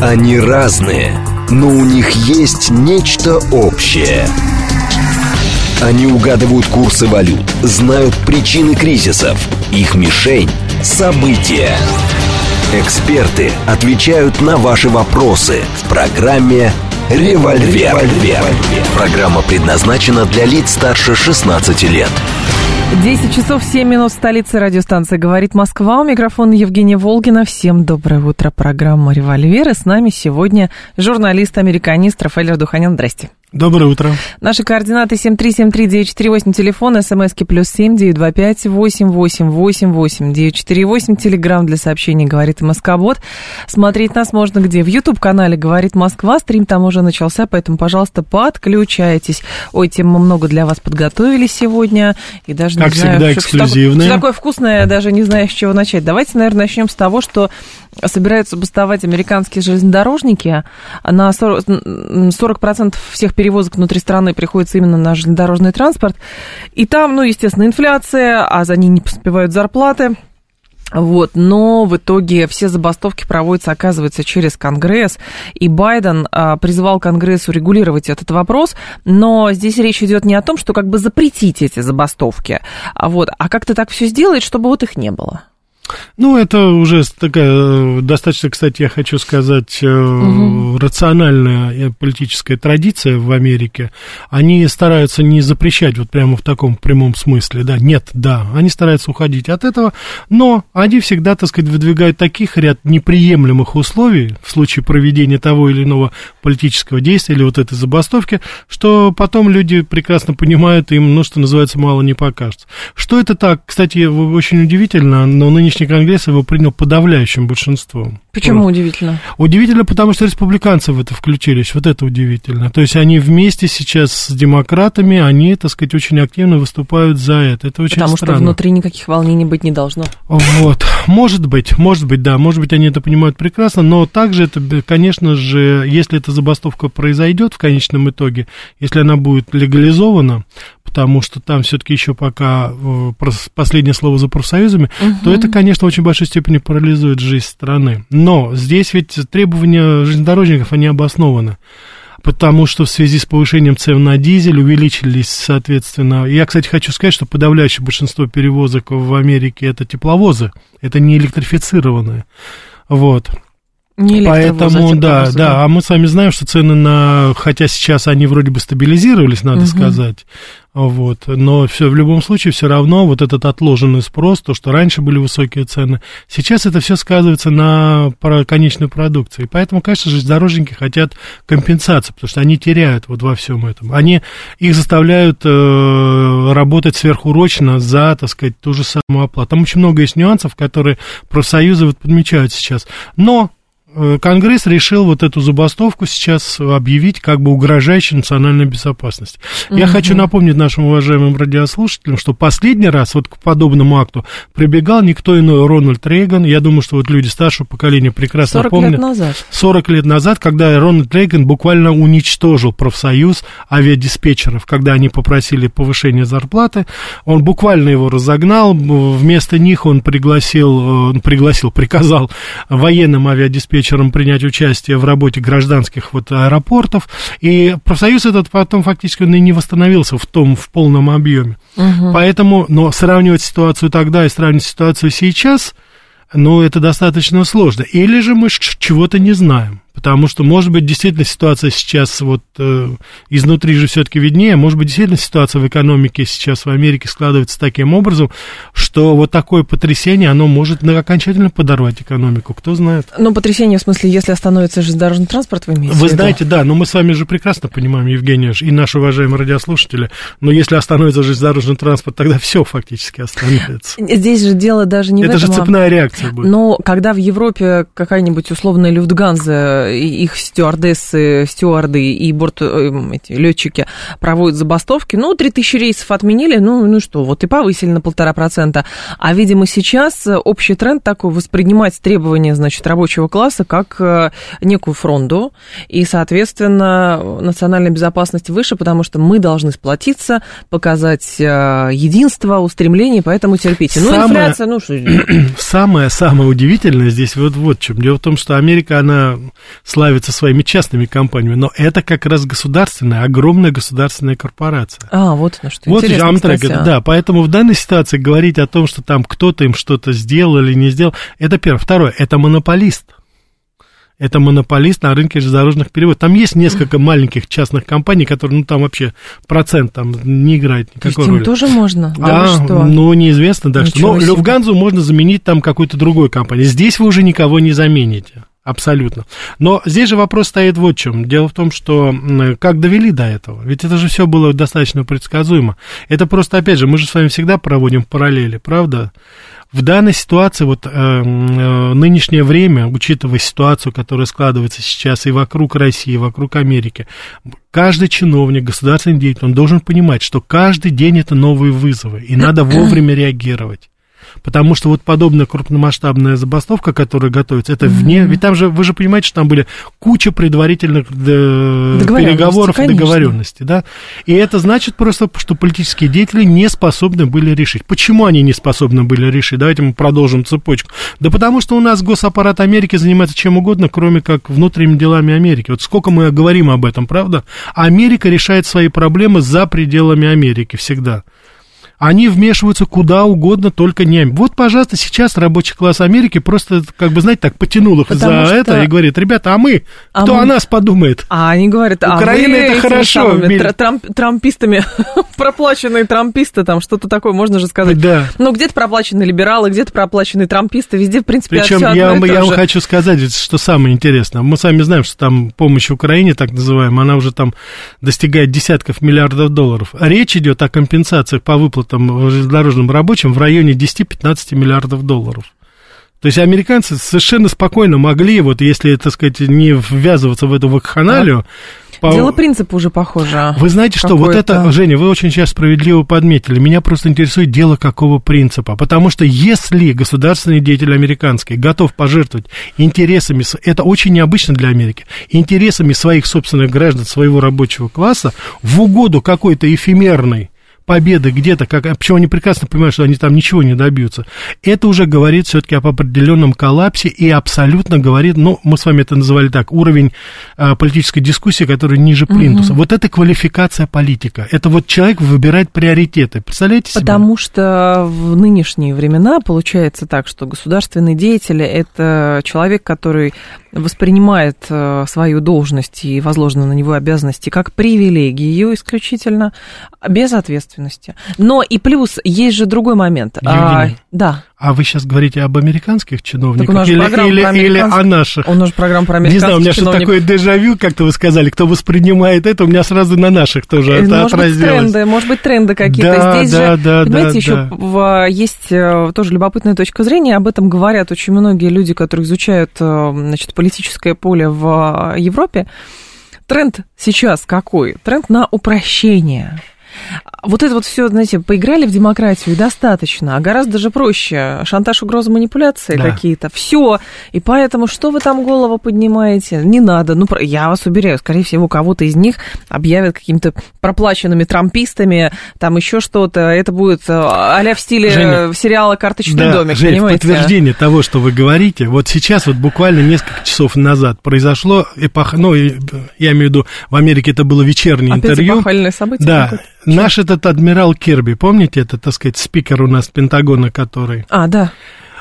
Они разные, но у них есть нечто общее. Они угадывают курсы валют, знают причины кризисов. Их мишень – события. Эксперты отвечают на ваши вопросы в программе «Револьвер». Программа предназначена для лиц старше 16 лет. 10 часов 7 минут в столице. Радиостанция «Говорит Москва». У микрофона Евгения Волгина. Всем доброе утро. Программа «Револьвер». И с нами сегодня журналист-американист Рафаэль Ардуханян. Здрасте. Доброе утро. Наши координаты 7373948, телефон, смски +7 925 8888 948, телеграм для сообщений «Говорит Москобот». Смотреть нас можно где? В YouTube-канале «Говорит Москва». Стрим там уже начался, поэтому, пожалуйста, подключайтесь. Ой, тем мы много для вас подготовили сегодня. И даже как не знаю, всегда, эксклюзивные. Что такое вкусное, даже не знаю, с чего начать. Давайте, наверное, начнем с того, что собираются бастовать американские железнодорожники. На 40% всех перевозок внутри страны приходится именно на железнодорожный транспорт. И там, естественно, инфляция, а за ней не поспевают зарплаты. Вот, но в итоге все забастовки проводятся, оказывается, через Конгресс, и Байден призвал Конгресс урегулировать этот вопрос, но здесь речь идет не о том, что как бы запретить эти забастовки, а как-то так все сделать, чтобы вот их не было. Это уже такая достаточно, кстати, я хочу сказать, рациональная политическая традиция в Америке. Они стараются не запрещать вот прямо в таком прямом смысле, они стараются уходить от этого, но они всегда, так сказать, выдвигают таких ряд неприемлемых условий в случае проведения того или иного политического действия или вот этой забастовки, что потом люди прекрасно понимают, им, что называется, мало не покажется. Что это так, кстати, очень удивительно, но нынешний Конгресс его принял подавляющим большинством. Почему удивительно? Удивительно, потому что республиканцы в это включились, вот это удивительно. То есть они вместе сейчас с демократами, они, так сказать, очень активно выступают за это. Это очень странно. Потому что внутри никаких волнений быть не должно. Вот, может быть, они это понимают прекрасно, но также это, конечно же, если эта забастовка произойдет в конечном итоге, если она будет легализована, потому что там все-таки еще пока последнее слово за профсоюзами, то это, конечно, в очень большой степени парализует жизнь страны. Но здесь ведь требования железнодорожников, они обоснованы. Потому что в связи с повышением цен на дизель увеличились, соответственно... Я, кстати, хочу сказать, что подавляющее большинство перевозок в Америке это тепловозы, это не электрифицированные. Вот. Поэтому, а мы с вами знаем, что цены хотя сейчас они вроде бы стабилизировались, надо сказать, но все, в любом случае, все равно вот этот отложенный спрос, то, что раньше были высокие цены, сейчас это все сказывается на конечной продукции. Поэтому, конечно, железнодорожники хотят компенсации, потому что они теряют вот во всем этом. Их заставляют работать сверхурочно за, так сказать, ту же самую оплату. Там очень много есть нюансов, которые профсоюзы подмечают сейчас. Но Конгресс решил вот эту забастовку сейчас объявить как бы угрожающей национальной безопасности. Я хочу напомнить нашим уважаемым радиослушателям, что последний раз вот к подобному акту прибегал никто иной Рональд Рейган. Я думаю, что вот люди старшего поколения прекрасно помнят. 40 лет назад, когда Рональд Рейган буквально уничтожил профсоюз авиадиспетчеров, когда они попросили повышения зарплаты. Он буквально его разогнал. Вместо них он приказал военным авиадиспетчерам принять участие в работе гражданских аэропортов, и профсоюз этот потом фактически не восстановился в полном объеме. Поэтому, но сравнивать ситуацию тогда и сравнивать ситуацию сейчас, это достаточно сложно. Или же мы чего-то не знаем. Потому что, может быть, действительно ситуация сейчас изнутри же все-таки виднее, может быть, действительно ситуация в экономике сейчас в Америке складывается таким образом, что вот такое потрясение, оно может окончательно подорвать экономику, кто знает. Потрясение в смысле, если остановится железнодорожный транспорт, вы имеете в виду? Вы знаете, да, но мы с вами же прекрасно понимаем, Евгения, и наши уважаемые радиослушатели, но если остановится железнодорожный транспорт, тогда все фактически остановится. Здесь же дело даже не в этом. Это же цепная реакция будет. Но когда в Европе какая-нибудь условная Люфтганза, их стюарды и летчики проводят забастовки, 3000 рейсов отменили, и повысили на 1,5%. А, видимо, сейчас общий тренд такой воспринимать требования, рабочего класса как некую фронту, и, соответственно, национальная безопасность выше, потому что мы должны сплотиться, показать единство, устремление, поэтому терпите. Инфляция, Самое удивительное здесь вот в чем. Дело в том, что Америка, она славится своими частными компаниями, но это как раз государственная, огромная государственная корпорация. Вот на что. Вот интересно, кстати, да, поэтому в данной ситуации говорить о том, что там кто-то им что-то сделал или не сделал, это первое. Второе, это монополист. Это монополист на рынке железнодорожных перевозок. Там есть несколько маленьких частных компаний, которые, ну, там вообще процент там не играет никакой роли. Им тоже можно? Да, что? Ну, неизвестно, да, что. Но себе. Люфтгансу можно заменить там какой-то другой компанией. Здесь вы уже никого не замените. Абсолютно. Но здесь же вопрос стоит вот в чем. Дело в том, что как довели до этого? Ведь это же все было достаточно предсказуемо. Это просто, опять же, мы же с вами всегда проводим параллели, правда? В данной ситуации, вот нынешнее время, учитывая ситуацию, которая складывается сейчас и вокруг России, и вокруг Америки, каждый чиновник, государственный деятель, он должен понимать, что каждый день это новые вызовы, и надо вовремя реагировать. Потому что вот подобная крупномасштабная забастовка, которая готовится, это вне... Ведь там же, вы же понимаете, что там были куча предварительных переговоров и договоренностей, да? И это значит просто, что политические деятели не способны были решить. Почему они не способны были решить? Давайте мы продолжим цепочку. Да потому что у нас госаппарат Америки занимается чем угодно, кроме как внутренними делами Америки. Вот сколько мы говорим об этом, правда? Америка решает свои проблемы за пределами Америки всегда. Они вмешиваются куда угодно, только не... Вот, пожалуйста, сейчас рабочий класс Америки просто, как бы, знаете, так потянул их это и говорит: ребята, кто о нас подумает? А они говорят: Украина это хорошо. Трампистами, проплаченные трамписты, там что-то такое, можно же сказать. Да. Ну, где-то проплаченные либералы, где-то проплаченные трамписты, везде, в принципе, причем я вам хочу сказать, что самое интересное. Мы сами знаем, что там помощь Украине, так называемая, она уже там достигает десятков миллиардов долларов. Речь идет о компенсациях по выплатам железнодорожным рабочим в районе 10-15 миллиардов долларов. То есть американцы совершенно спокойно могли, вот если, так сказать, не ввязываться в эту вакханалию... Дело принципа уже похоже. Вы знаете, что вот это, Женя, вы очень сейчас справедливо подметили. Меня просто интересует дело какого принципа. Потому что если государственный деятель американский готов пожертвовать интересами, это очень необычно для Америки, интересами своих собственных граждан, своего рабочего класса в угоду какой-то эфемерной победы где-то, причем они прекрасно понимают, что они там ничего не добьются, это уже говорит все-таки об определенном коллапсе и абсолютно говорит, ну, мы с вами это называли так, уровень политической дискуссии, который ниже плинтуса. Вот это квалификация политика. Это вот человек выбирает приоритеты. Представляете себе? Потому что в нынешние времена получается так, что государственный деятель – это человек, который воспринимает свою должность и возложенные на него обязанности как привилегию исключительно, без ответственности. Но и плюс, есть же другой момент. Да. А вы сейчас говорите об американских чиновниках или о наших? У нас же программа про американских чиновников. Не знаю, у меня что такое дежавю, как-то вы сказали, кто воспринимает это, у меня сразу на наших тоже отразилось. Может быть, тренды какие-то. Здесь же, понимаете, еще есть тоже любопытная точка зрения, об этом говорят очень многие люди, которые изучают, значит, политическое поле в Европе. Тренд сейчас какой? Тренд на упрощение. Вот это вот все, знаете, поиграли в демократию, и достаточно, а гораздо же проще. Шантаж, угроза, манипуляции какие-то. Все. И поэтому, что вы там голову поднимаете? Не надо. Ну, я вас уверяю, скорее всего, кого-то из них объявят какими-то проплаченными трампистами, там еще что-то. Это будет а-ля в стиле сериала «Карточный домик», Жень, понимаете? в подтверждение того, что вы говорите, вот сейчас, вот буквально несколько часов назад произошло ну, я имею в виду, в Америке это было вечернее интервью. Опять эпохальное событие? Да. Наш этот адмирал Кирби, помните, это, так сказать, спикер у нас Пентагона, который... Да.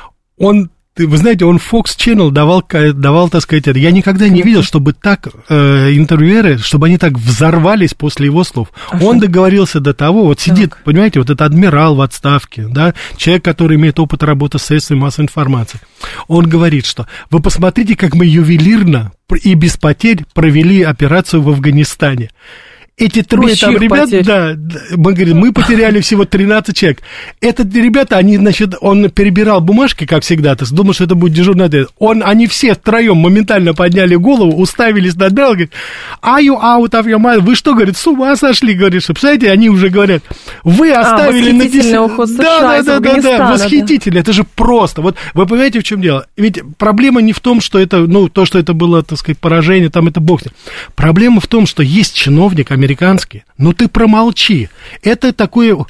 Вы знаете, он Fox Channel давал, так сказать, это. Я никогда не видел, чтобы так интервьюеры, чтобы они так взорвались после его слов. Он договорился до того, вот сидит, понимаете, вот этот адмирал в отставке, да, человек, который имеет опыт работы с средствами массовой информации. Он говорит, что вы посмотрите, как мы ювелирно и без потерь провели операцию в Афганистане. Эти трое там ребят, мы говорим, мы потеряли всего 13 человек. Это ребята, они, значит, он перебирал бумажки, как всегда, ты думал, что это будет дежурный ответ. Они все втроем моментально подняли голову, уставились на адмирала, говорят: are you out of your mind? Вы что, говорит, с ума сошли, говорит, что, представляете, они уже говорят, вы оставили на 10... уход США Да, восхитительно, это же просто. Вот вы понимаете, в чем дело? Ведь проблема не в том, что это, ну, то, что это было, так сказать, поражение, там это бог. Проблема в том, что есть чиновник американский, ну ты промолчи. Это такое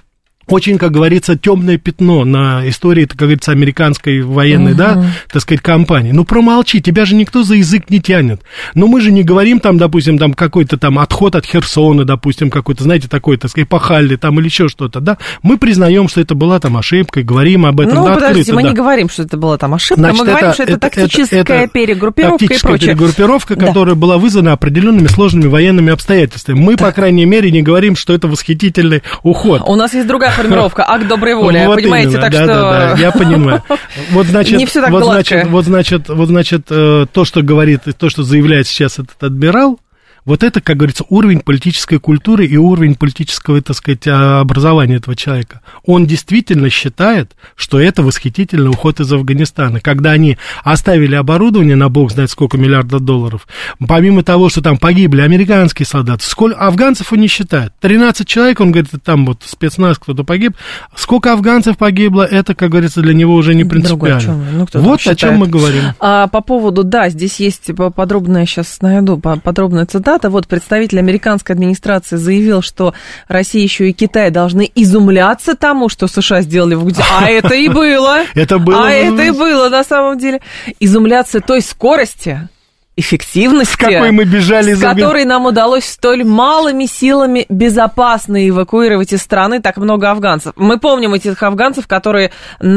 очень, как говорится, темное пятно на истории, как говорится, американской военной, да, так сказать, кампании. Ну, промолчи, тебя же никто за язык не тянет. Но мы же не говорим там, допустим, там какой-то там отход от Херсона, допустим, какой-то, знаете, такой, так сказать, пахали там или еще что-то, да. Мы признаем, что это была там ошибка, говорим об этом, да, открыто. Ну, подождите, мы не говорим, что это была там ошибка, значит, мы говорим, что это тактическая перегруппировка и прочее. Тактическая перегруппировка, которая была вызвана определенными сложными военными обстоятельствами. Мы, по крайней мере, не говорим, что это восхитительный уход. У нас есть другая формировка, акт доброй воли, вот понимаете, именно, так да, что... Да, я понимаю. Вот, значит, не все так гладко. Вот, значит, то, что говорит, то, что заявляет сейчас этот адмирал, вот это, как говорится, уровень политической культуры и уровень политического, так сказать, образования этого человека. Он действительно считает, что это восхитительный уход из Афганистана. Когда они оставили оборудование на бог знает сколько миллиардов долларов, помимо того, что там погибли американские солдаты, сколько афганцев он не считает. 13 человек, он говорит, там вот спецназ кто-то погиб. Сколько афганцев погибло, это, как говорится, для него уже не принципиально. Вот о чем мы говорим. По поводу, да, здесь есть подробная, сейчас найду, подробная цитата. Вот представитель американской администрации заявил, что Россия еще и Китай должны изумляться тому, что США сделали в Афганистане. А это и было. Это и было на самом деле. Изумляться той скорости, эффективности, с какой мы бежали, с которой нам удалось столь малыми силами безопасно эвакуировать из страны так много афганцев. Мы помним этих афганцев, которые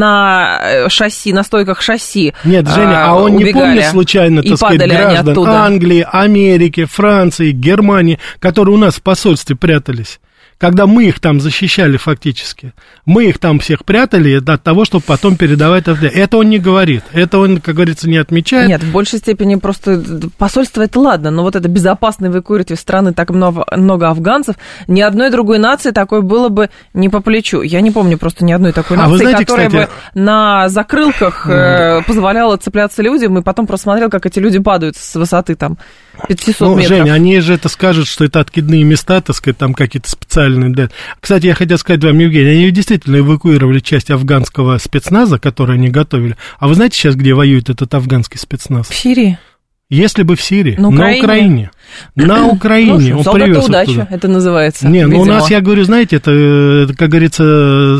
на шасси, на стойках шасси Нет, Женя, а он не помнит случайно, так сказать, граждан Англии, Америки, Франции, Германии, которые у нас в посольстве прятались? Когда мы их там защищали фактически, мы их там всех прятали от того, чтобы потом передавать это он не говорит, это он, как говорится, не отмечает. Нет, в большей степени просто посольство это ладно, но вот это безопасно эвакуировать из страны так много афганцев, ни одной другой нации такое было бы не по плечу. Я не помню просто ни одной такой нации, знаете, которая бы на закрылках позволяла цепляться людям, и потом просто смотрел, как эти люди падают с высоты там 500 метров. Женя, они же это скажут, что это откидные места, так сказать, там какие-то специальные. Да. Кстати, я хотел сказать вам, Евгений, они действительно эвакуировали часть афганского спецназа, который они готовили. А вы знаете сейчас, где воюет этот афганский спецназ? В Сирии. Если бы в Сирии, на Украине. На Украине. Он привез удача, оттуда. Это называется. Не, ну у нас, я говорю, знаете, это, как говорится,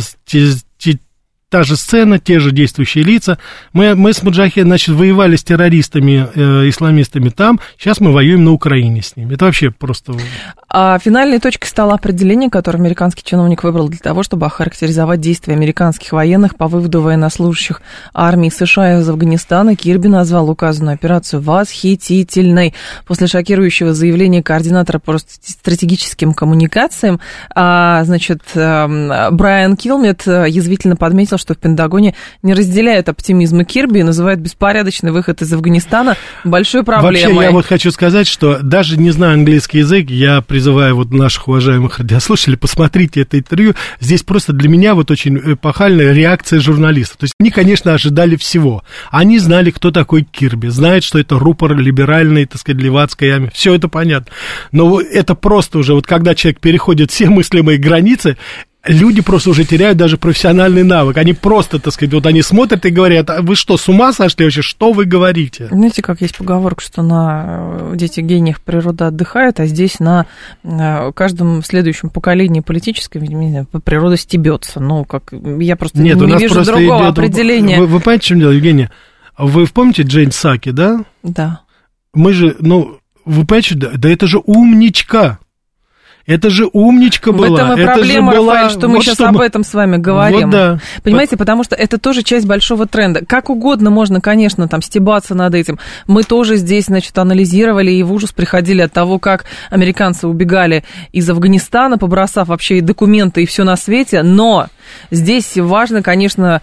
та же сцена, те же действующие лица. Мы с Муджахедом, значит, воевали с террористами, исламистами там, сейчас мы воюем на Украине с ними. Это вообще просто... Финальной точкой стало определение, которое американский чиновник выбрал для того, чтобы охарактеризовать действия американских военных по выводу военнослужащих армии США из Афганистана. Кирби назвал указанную операцию восхитительной. После шокирующего заявления координатора по стратегическим коммуникациям, значит, Брайан Килмет язвительно подметил, что в Пентагоне не разделяют оптимизма Кирби и называют беспорядочный выход из Афганистана большой проблемой. Вообще, я вот хочу сказать, что даже не зная английский язык, я призываю вот наших уважаемых радиослушателей, посмотрите это интервью. Здесь просто для меня вот очень эпохальная реакция журналистов. То есть они, конечно, ожидали всего. Они знали, кто такой Кирби, знают, что это рупор либеральной, так сказать, левацкой армии. Все это понятно. Но это просто уже, вот когда человек переходит все мыслимые границы, люди просто уже теряют даже профессиональный навык. Они просто, так сказать, вот они смотрят и говорят, а вы что, с ума сошли вообще? Что вы говорите? Знаете, как есть поговорка, что на дети гениев природа отдыхает, а здесь на каждом следующем поколении политической, видимо, природа стебется. Ну, как я просто не вижу другого определения. Вы понимаете, в чем дело, Евгения? Вы помните Джейн Саки, да? Да. Мы же, вы понимаете, да это же умничка. Это же умничка была. В этом и проблема, Рафаэль, что мы сейчас об этом с вами говорим. Вот да. Понимаете, потому что это тоже часть большого тренда. Как угодно можно, конечно, там стебаться над этим. Мы тоже здесь, значит, анализировали и в ужас приходили от того, как американцы убегали из Афганистана, побросав вообще и документы, и все на свете. Но здесь важно, конечно,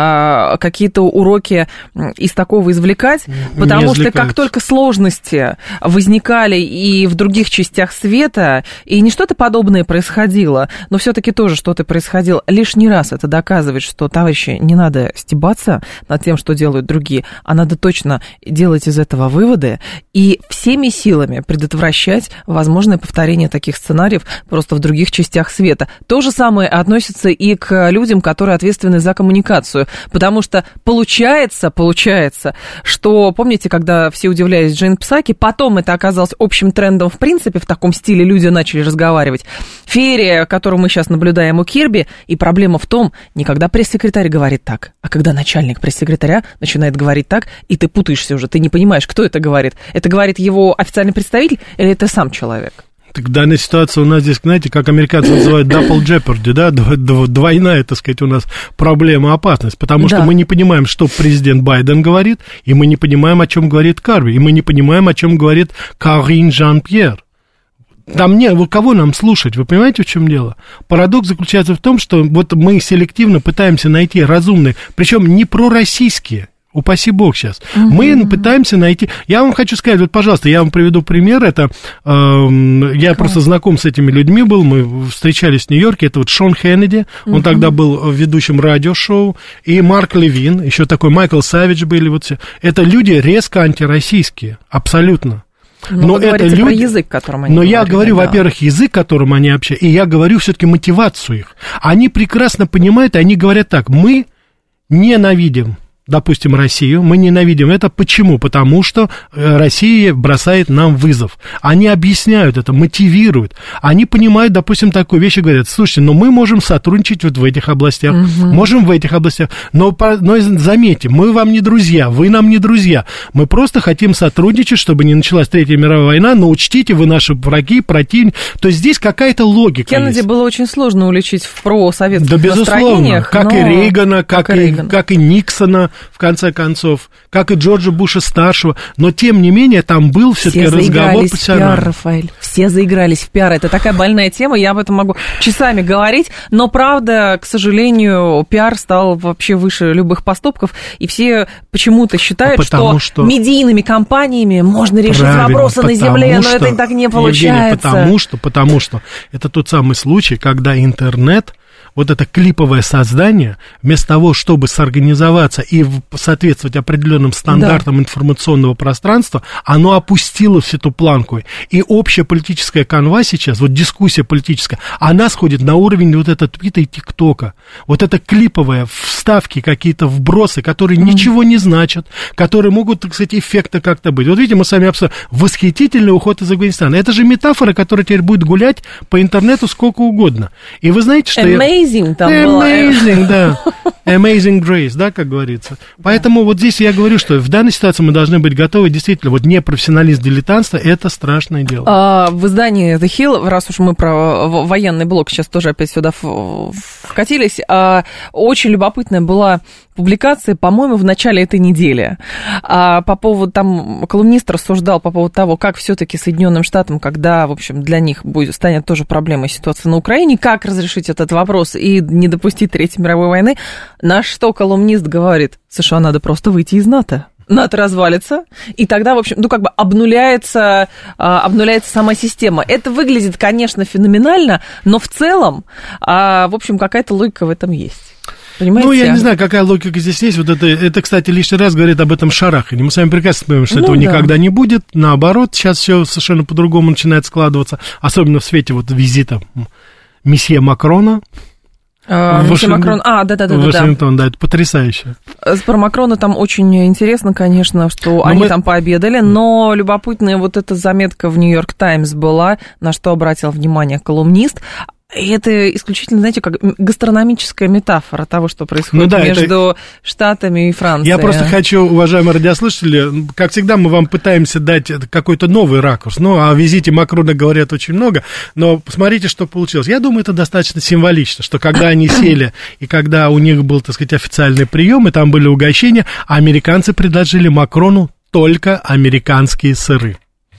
какие-то уроки из такого извлекать, потому что как только сложности возникали и в других частях света, и не что-то подобное происходило, но все-таки тоже что-то происходило. Лишний раз это доказывает, что, товарищи, не надо стебаться над тем, что делают другие, а надо точно делать из этого выводы и всеми силами предотвращать возможное повторение таких сценариев просто в других частях света. То же самое относится и к к людям, которые ответственны за коммуникацию. Потому что получается, что, помните, когда все удивлялись Джейн Псаки, потом это оказалось общим трендом в принципе, в таком стиле люди начали разговаривать. Феерия, которую мы сейчас наблюдаем у Кирби, и проблема в том, не когда пресс-секретарь говорит так, а когда начальник пресс-секретаря начинает говорить так, и ты путаешься уже, ты не понимаешь, кто это говорит. Это говорит его официальный представитель или это сам человек? Так данная ситуация у нас здесь, знаете, как американцы называют double jeopardy, да, двойная, так сказать, у нас проблема, опасность, потому что мы не понимаем, что президент Байден говорит, и мы не понимаем, о чем говорит Карби, и мы не понимаем, о чем говорит Карин Жан-Пьер. Там кого нам слушать, вы понимаете, в чем дело? Парадокс заключается в том, что вот мы селективно пытаемся найти разумные, причем не пророссийские, упаси бог сейчас. Мы пытаемся найти... Я вам хочу сказать, вот, пожалуйста, я вам приведу пример. Это я просто знаком с этими людьми был. Мы встречались в Нью-Йорке. Это вот Шон Хеннеди. Он тогда был ведущим радиошоу. И Марк Левин. Еще такой Майкл Савидж были. Вот все. Это люди резко антироссийские. Абсолютно. Но это люди... про язык, которым они говорят. Но я говорю, во-первых, язык, которым они общаются. И я говорю все-таки мотивацию их. Они прекрасно понимают, и они говорят так. Мы ненавидим, допустим, Россию, мы ненавидим это. Почему? Потому что Россия бросает нам вызов. Они объясняют это, мотивируют. Они понимают, допустим, такую вещь и говорят, слушайте, но мы можем сотрудничать вот в этих областях, можем в этих областях, но заметьте, мы вам не друзья, вы нам не друзья. Мы просто хотим сотрудничать, чтобы не началась Третья мировая война, но учтите, вы наши враги, противники. То есть здесь какая-то логика Кеннеди есть. было очень сложно уличить в просоветских безусловно, настроениях. как и Рейгана, как и Никсона, в конце концов, как и Джорджа Буша-старшего, но, тем не менее, там был все-таки разговор по пиар, Рафаэль. Все заигрались в пиар. Это такая больная тема, я об этом могу часами говорить, но, правда, к сожалению, пиар стал вообще выше любых поступков, и все почему-то считают, что медийными компаниями можно решить вопросы на земле, но это так не получается. Евгений, потому что это тот самый случай, когда интернет, вот это клиповое создание, вместо того, чтобы сорганизоваться и соответствовать определенным стандартам информационного пространства, оно опустило всю эту планку. И общая политическая канва сейчас, вот дискуссия политическая, она сходит на уровень вот этого твита и тиктока. Вот это клиповое, вставки, какие-то вбросы, которые ничего не значат, которые могут, так сказать, эффекта как-то быть. Вот видите, мы с вами обсуждаем восхитительный уход из Афганистана. Это же метафора, которая теперь будет гулять по интернету сколько угодно. И вы знаете, что... Amazing там было. Amazing, да. Amazing Grace, да, как говорится. Поэтому вот здесь я говорю, что в данной ситуации мы должны быть готовы, действительно, вот непрофессионализм, дилетантство, это страшное дело. В издании The Hill, раз уж мы про военный блок сейчас тоже опять сюда вкатились, очень любопытная была публикация, по-моему, в начале этой недели. По поводу, там, колумнист рассуждал по поводу того, как все-таки Соединенным Штатам, когда, в общем, для них станет тоже проблемой ситуация на Украине, как разрешить этот вопрос и не допустить Третьей мировой войны, на что колумнист говорит, США надо просто выйти из НАТО. НАТО развалится, и тогда, в общем, обнуляется сама система. Это выглядит, конечно, феноменально, но в целом, в общем, какая-то логика в этом есть. Понимаете? Ну, я не знаю, какая логика здесь есть. Вот это, кстати, лишний раз говорит об этом шараханье. Мы с вами прекрасно понимаем, что этого никогда не будет. Наоборот, сейчас все совершенно по-другому начинает складываться, особенно в свете вот визита месье Макрона. Макрон. Вашингтон, да, это потрясающе. Про Макрона там очень интересно, конечно, что они там пообедали, но любопытная вот эта заметка в Нью-Йорк Таймс была, на что обратил внимание колумнист. И это исключительно, знаете, как гастрономическая метафора того, что происходит между Штатами и Францией. Я просто хочу, уважаемые радиослушатели, как всегда, мы вам пытаемся дать какой-то новый ракурс. Ну, о визите Макрона говорят очень много, но посмотрите, что получилось. Я думаю, это достаточно символично, что когда они сели, и когда у них был, так сказать, официальный прием, и там были угощения, американцы предложили Макрону только американские сыры.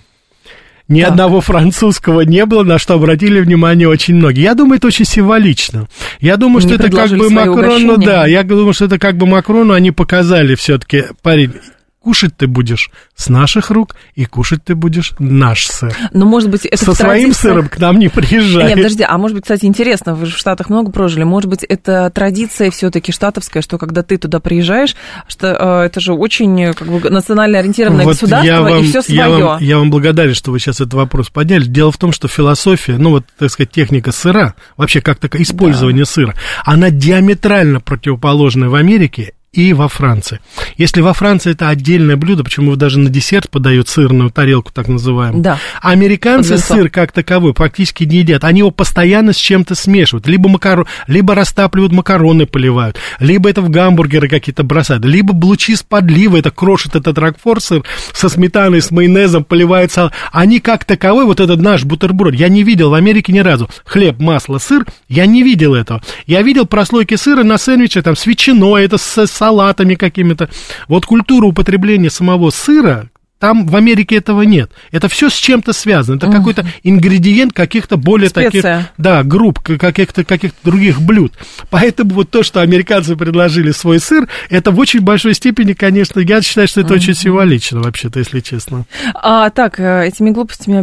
Ни одного французского не было, на что обратили внимание очень многие. Я думаю, это очень символично. Я думаю, что это как бы Макрону, я думаю, что это как бы Макрону они показали все-таки, парень, кушать ты будешь с наших рук, и кушать ты будешь наш сыр. Но, может быть, это со своим сыром к нам не приезжай. Нет, подожди, а может быть, кстати, интересно, вы же в Штатах много прожили, может быть, это традиция все-таки штатовская, что когда ты туда приезжаешь, что это же очень как бы национально ориентированное государство, и все свое. Я вам благодарен, что вы сейчас этот вопрос подняли. Дело в том, что философия, ну вот, так сказать, техника сыра, вообще как такое использование сыра, она диаметрально противоположная в Америке и во Франции. Если во Франции это отдельное блюдо, почему даже на десерт подают сырную тарелку, так называемую. Да. А американцы сыр как таковой практически не едят. Они его постоянно с чем-то смешивают. Либо растапливают макароны, поливают, либо это в гамбургеры какие-то бросают, либо блучи с подливой, это крошит этот рокфор сыр со сметаной, с майонезом, поливают салат. Они как таковой, вот этот наш бутерброд, я не видел в Америке ни разу. Хлеб, масло, сыр, я не видел этого. Я видел прослойки сыра на сэндвиче, там, с ветчиной, это с салатами какими-то. Вот культура употребления самого сыра, там в Америке этого нет. Это все с чем-то связано. Это какой-то ингредиент каких-то более таких, да, групп, каких-то других блюд. Поэтому вот то, что американцы предложили свой сыр, это в очень большой степени, конечно, я считаю, что это очень символично, вообще-то, если честно. Так, этими глупостями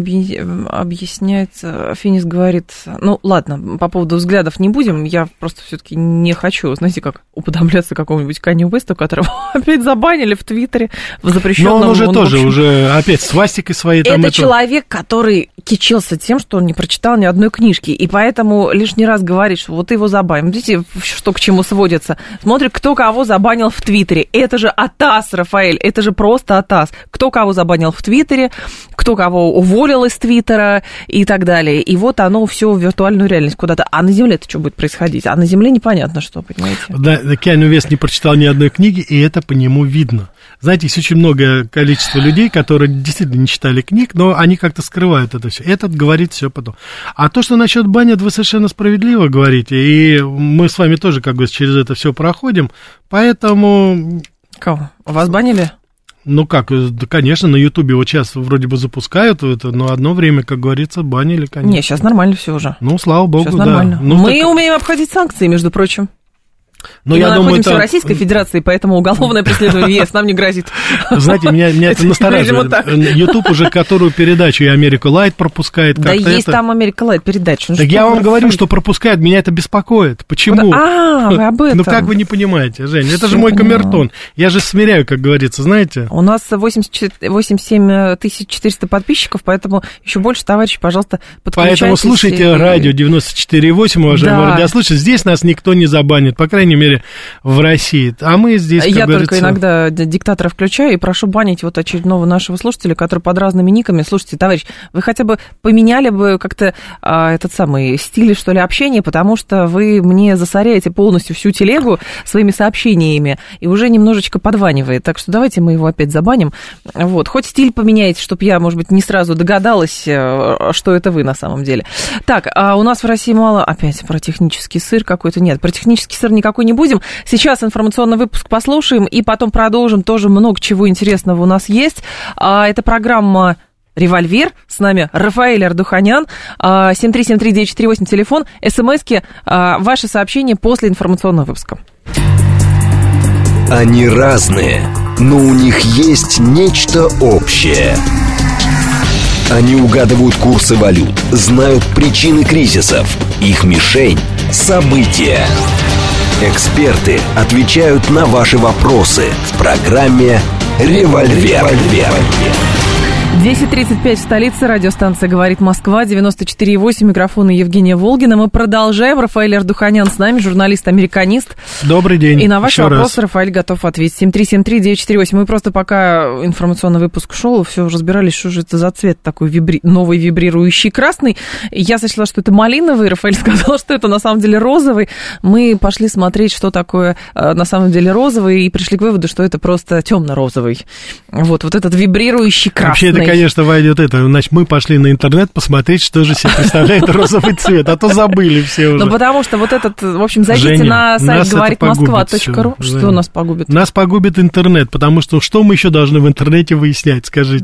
объясняется, Финис говорит, ну, ладно, по поводу взглядов не будем, я просто все-таки не хочу, знаете, как уподобляться какому-нибудь Канье Уэсту, которого опять забанили в Твиттере, в запрещенном... Но он уже тоже, уже опять свастикой своей. Это человек, который кичился тем, что он не прочитал ни одной книжки, и поэтому лишний раз говорит, что вот его забаним. Видите, что к чему сводится. Смотрит, кто кого забанил в Твиттере. Это же атас, Рафаэль, это же просто атас. Кто кого забанил в Твиттере, кто кого уволил из Твиттера и так далее. И вот оно все в виртуальную реальность куда-то. А на Земле-то что будет происходить? А на Земле непонятно что, понимаете? Да, Киану Уэст не прочитал ни одной книги, и это по нему видно. Знаете, есть очень многое количество людей, которые действительно не читали книг, но они как-то скрывают это все. Этот говорит все потом. А то, что насчет бани, вы совершенно справедливо говорите, и мы с вами тоже как бы через это все проходим, поэтому... Кого? Вас банили? Ну как, да, конечно, на Ютубе вот сейчас вроде бы запускают это, но одно время, как говорится, банили, конечно. Не, сейчас нормально все уже. Ну, слава богу, сейчас да. Нормально. Ну, мы умеем обходить санкции, между прочим. Но я думаю, находимся в Российской Федерации, поэтому уголовное преследование ЕС нам не грозит. Знаете, меня это настораживает. Ютуб уже которую передачу и Америка Лайт пропускает. Да есть там Америка Лайт передача. Так я вам говорю, что пропускает, меня это беспокоит. Почему? Вы об этом. Ну как вы не понимаете, Жень, это же мой камертон. Я же смиряю, как говорится, знаете. У нас 87 400 подписчиков, поэтому еще больше, товарищи, пожалуйста, подключайтесь. Поэтому слушайте радио 94,8, уважаемые радиослушатели. Здесь нас никто не забанит, по крайней мере, в России. А мы здесь, как говорится... Я только иногда диктатора включаю и прошу банить вот очередного нашего слушателя, который под разными никами. Слушайте, товарищ, вы хотя бы поменяли бы как-то этот самый стиль, что ли, общения, потому что вы мне засоряете полностью всю телегу своими сообщениями и уже немножечко подванивает. Так что давайте мы его опять забаним. Вот. Хоть стиль поменяйте, чтобы я, может быть, не сразу догадалась, что это вы на самом деле. Так, а у нас в России мало... Опять про технический сыр какой-то. Нет, про технический сыр никакой не будем. Сейчас информационный выпуск послушаем и потом продолжим. Тоже много чего интересного у нас есть. Это программа «Револьвер». С нами Рафаэль Ардуханян. 7373948, телефон. СМСки, ваши сообщения после информационного выпуска. Они разные, но у них есть нечто общее. Они угадывают курсы валют, знают причины кризисов. Их мишень – события. Эксперты отвечают на ваши вопросы в программе «Револьвер». 10:35 в столице, радиостанция «Говорит Москва», 94,8, микрофон Евгения Волгина. Мы продолжаем. Рафаэль Ардуханян с нами, журналист-американист. Добрый день. И на ваши вопросы Рафаэль готов ответить. 7373948. Мы просто пока информационный выпуск шел, все разбирались, что же это за цвет такой новый вибрирующий красный. Я сочла, что это малиновый. Рафаэль сказал, что это на самом деле розовый. Мы пошли смотреть, что такое на самом деле розовый, и пришли к выводу, что это просто темно-розовый. Вот этот вибрирующий красный. Конечно, войдет это. Значит, мы пошли на интернет посмотреть, что же себе представляет розовый цвет, а то забыли все уже. Ну, потому что вот этот, в общем, зайдите на сайт говоритmoсква.ру. Что нас погубит? Нас погубит интернет, потому что мы еще должны в интернете выяснять, скажите?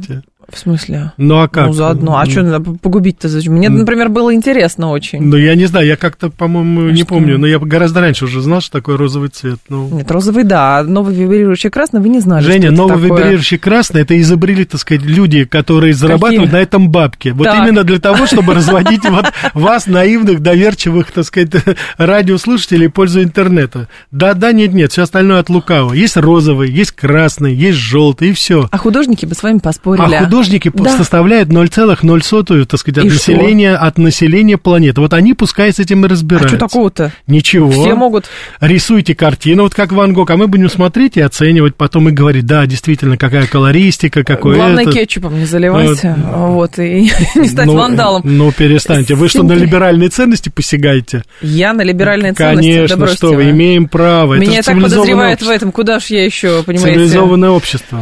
В смысле? Ну, а как? Ну, заодно. А что надо погубить-то зачем? Мне, например, было интересно очень. Ну, я не знаю, я как-то, по-моему, не помню, но я гораздо раньше уже знал, что такое розовый цвет. Ну... Нет, розовый, да, а новый вибрирующий красный вы не знали, Женя, что это новый такое. вибрирующий красный, это изобрели, так сказать, люди, которые зарабатывают на этом бабки. Вот Так. именно для того, чтобы разводить вот вас, наивных, доверчивых, так сказать, радиослушателей, в пользу интернета. Да, нет, все остальное от лукавого. Есть розовый, есть красный, есть желтый, и все. А художники бы с вами поспорили. А художники составляют 0,0, так сказать, от населения планеты. Вот они пускай с этим и разбираются. А что такого-то? Ничего. Все могут. Рисуйте картину, вот как Ван Гог, а мы будем смотреть и оценивать, потом и говорить, да, действительно, какая колористика, какое Главное, это. кетчупом не заливать, вот, и не стать вандалом. Ну, перестаньте. Вы что, на либеральные ценности посягаете? Я на либеральные ценности? Конечно, что вы, имеем право. Меня так подозревают в этом, куда ж я еще, понимаете? Цивилизованное общество.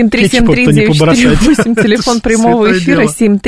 7373948, телефон прямого эфира,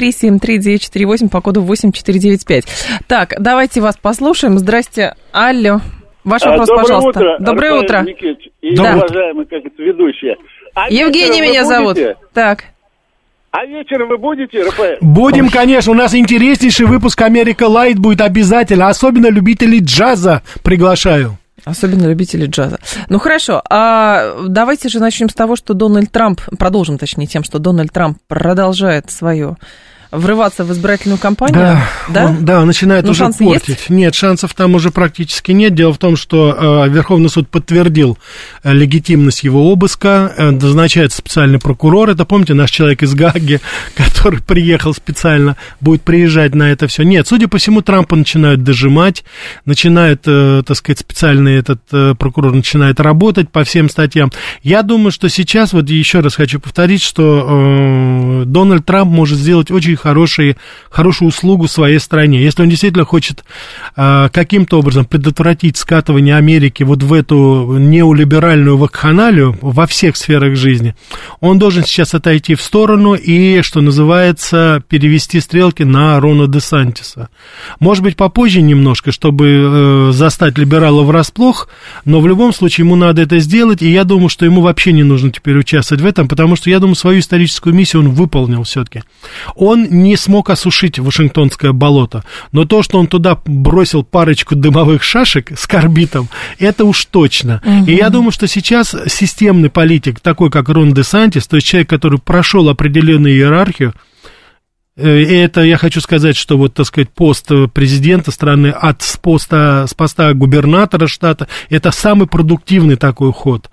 7373948, по коду 8495. Так, давайте вас послушаем. Здрасте, алло. Ваш вопрос, пожалуйста. Доброе утро. И уважаемый, как это, ведущая. Евгений меня зовут. Так. А вечером вы будете, Рафаэль? Будем, конечно. У нас интереснейший выпуск «Америка Лайт» будет обязательно. Особенно любителей джаза приглашаю. Особенно любители джаза. Ну, хорошо. А давайте же начнем с того, что Дональд Трамп... Продолжим, точнее, тем, что Дональд Трамп продолжает свое... врываться в избирательную кампанию, Он начинает уже портить. Есть? Нет, шансов там уже практически нет. Дело в том, что Верховный суд подтвердил легитимность его обыска, назначается специальный прокурор. Это, помните, наш человек из Гааги, который приехал специально, будет приезжать на это все. Нет, судя по всему, Трампа начинают дожимать, начинает, так сказать, специальный этот прокурор начинает работать по всем статьям. Я думаю, что сейчас, вот еще раз хочу повторить, что Дональд Трамп может сделать очень хорошую услугу своей стране. Если он действительно хочет каким-то образом предотвратить скатывание Америки вот в эту неолиберальную вакханалию во всех сферах жизни, он должен сейчас отойти в сторону и, что называется, перевести стрелки на Рона де Сантиса. Может быть, попозже немножко, чтобы застать либерала врасплох, но в любом случае ему надо это сделать, и я думаю, что ему вообще не нужно теперь участвовать в этом, потому что, я думаю, свою историческую миссию он выполнил все-таки. Он не смог осушить Вашингтонское болото, но то, что он туда бросил парочку дымовых шашек с карбидом, это уж точно. И я думаю, что сейчас системный политик, такой как Рон де Сантис, то есть человек, который прошел определенную иерархию, и это я хочу сказать, что вот, так сказать, пост президента страны с поста губернатора штата, это самый продуктивный такой ход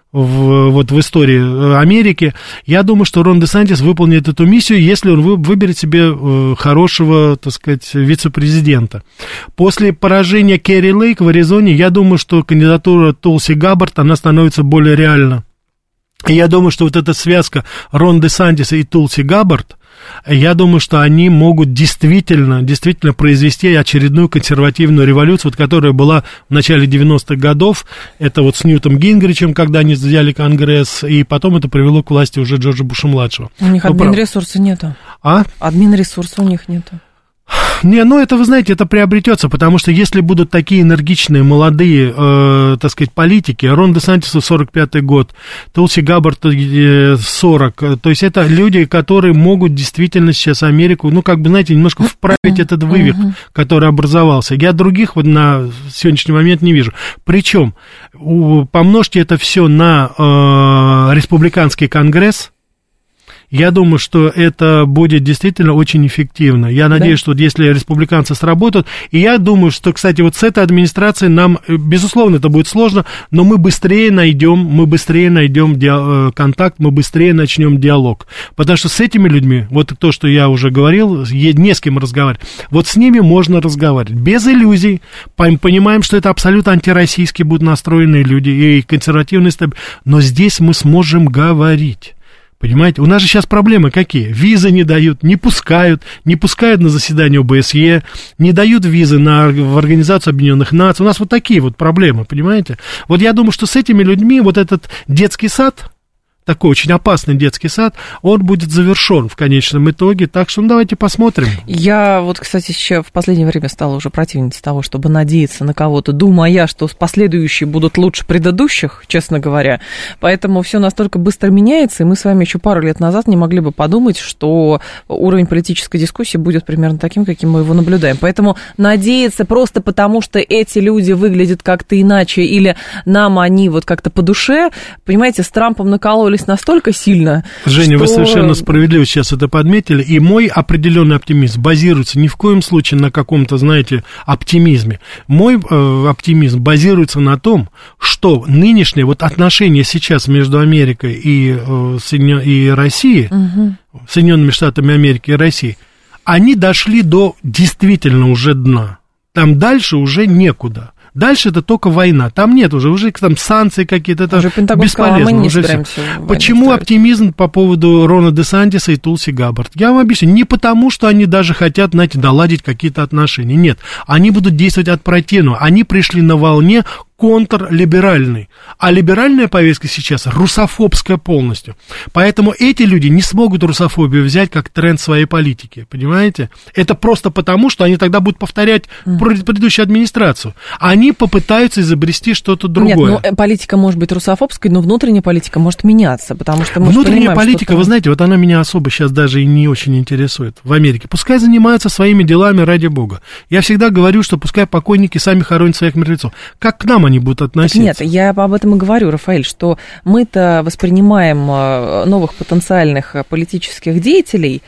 в истории Америки. Я думаю, что Рон де Сантис выполнит эту миссию, если он выберет себе хорошего, так сказать, вице-президента. После поражения Керри Лейк в Аризоне, я думаю, что кандидатура Тулси Габбард, она становится более реальна. И я думаю, что вот эта связка Рон де Сантиса и Тулси Габбард, я думаю, что они могут действительно произвести очередную консервативную революцию, вот, которая была в начале 90-х годов. Это вот с Ньютом Гингричем, когда они взяли Конгресс, и потом это привело к власти уже Джорджа Буша-младшего. У них админ-ресурса нету. Админ-ресурса у них нету. Не, это, вы знаете, это приобретется, потому что если будут такие энергичные, молодые, так сказать, политики, Рон де Сантису 45-й год, Тулси Габбард 40, то есть это люди, которые могут действительно сейчас Америку, знаете, немножко вправить этот вывих, который образовался. Я других вот на сегодняшний момент не вижу. Причем, помножьте это все на республиканский конгресс, я думаю, что это будет действительно очень эффективно. Я надеюсь, что если республиканцы сработают, и я думаю, что, кстати, вот с этой администрацией нам, безусловно, это будет сложно, но мы быстрее найдем контакт, мы быстрее начнем диалог. Потому что с этими людьми, вот то, что я уже говорил, не с кем разговаривать, вот с ними можно разговаривать. Без иллюзий, понимаем, что это абсолютно антироссийские будут настроенные люди и консервативные, но здесь мы сможем говорить. Понимаете, у нас же сейчас проблемы какие? Визы не дают, не пускают на заседание ОБСЕ, не дают визы в Организацию Объединенных Наций. У нас вот такие вот проблемы, понимаете? Вот я думаю, что с этими людьми вот этот детский сад, такой очень опасный детский сад, он будет завершен в конечном итоге. Так что, давайте посмотрим. Я вот, кстати, еще в последнее время стала уже противницей того, чтобы надеяться на кого-то, думая, что последующие будут лучше предыдущих, честно говоря. Поэтому все настолько быстро меняется, и мы с вами еще пару лет назад не могли бы подумать, что уровень политической дискуссии будет примерно таким, каким мы его наблюдаем. Поэтому надеяться просто потому, что эти люди выглядят как-то иначе, или нам они вот как-то по душе, понимаете, с Трампом накололись настолько сильно, Женя, что... вы совершенно справедливо сейчас это подметили, и мой определенный оптимизм базируется ни в коем случае на каком-то, знаете, оптимизме. Мой оптимизм базируется на том, что нынешнее вот отношение сейчас между Америкой и Россией, Соединенными Штатами Америки и Россией, они дошли до действительно уже дна. Там дальше уже некуда. Дальше это только война. Там нет уже там санкции какие-то, это бесполезно. Уже все. Почему оптимизм по поводу Рона Десантиса и Тулси Габбард? Я вам объясню. Не потому, что они даже хотят, знаете, доладить какие-то отношения. Нет. Они будут действовать от противного. Они пришли на волне контрлиберальный. А либеральная повестка сейчас русофобская полностью. Поэтому эти люди не смогут русофобию взять как тренд своей политики. Понимаете? Это просто потому, что они тогда будут повторять предыдущую администрацию. Они попытаются изобрести что-то другое. Нет, политика может быть русофобской, но внутренняя политика может меняться, потому что мы внутренняя политика, вы знаете, вот она меня особо сейчас даже и не очень интересует в Америке. Пускай занимаются своими делами ради бога. Я всегда говорю, что пускай покойники сами хоронят своих мертвецов. Как к нам они будут относиться? Нет, я об этом и говорю, Рафаэль, что мы-то воспринимаем новых потенциальных политических деятелей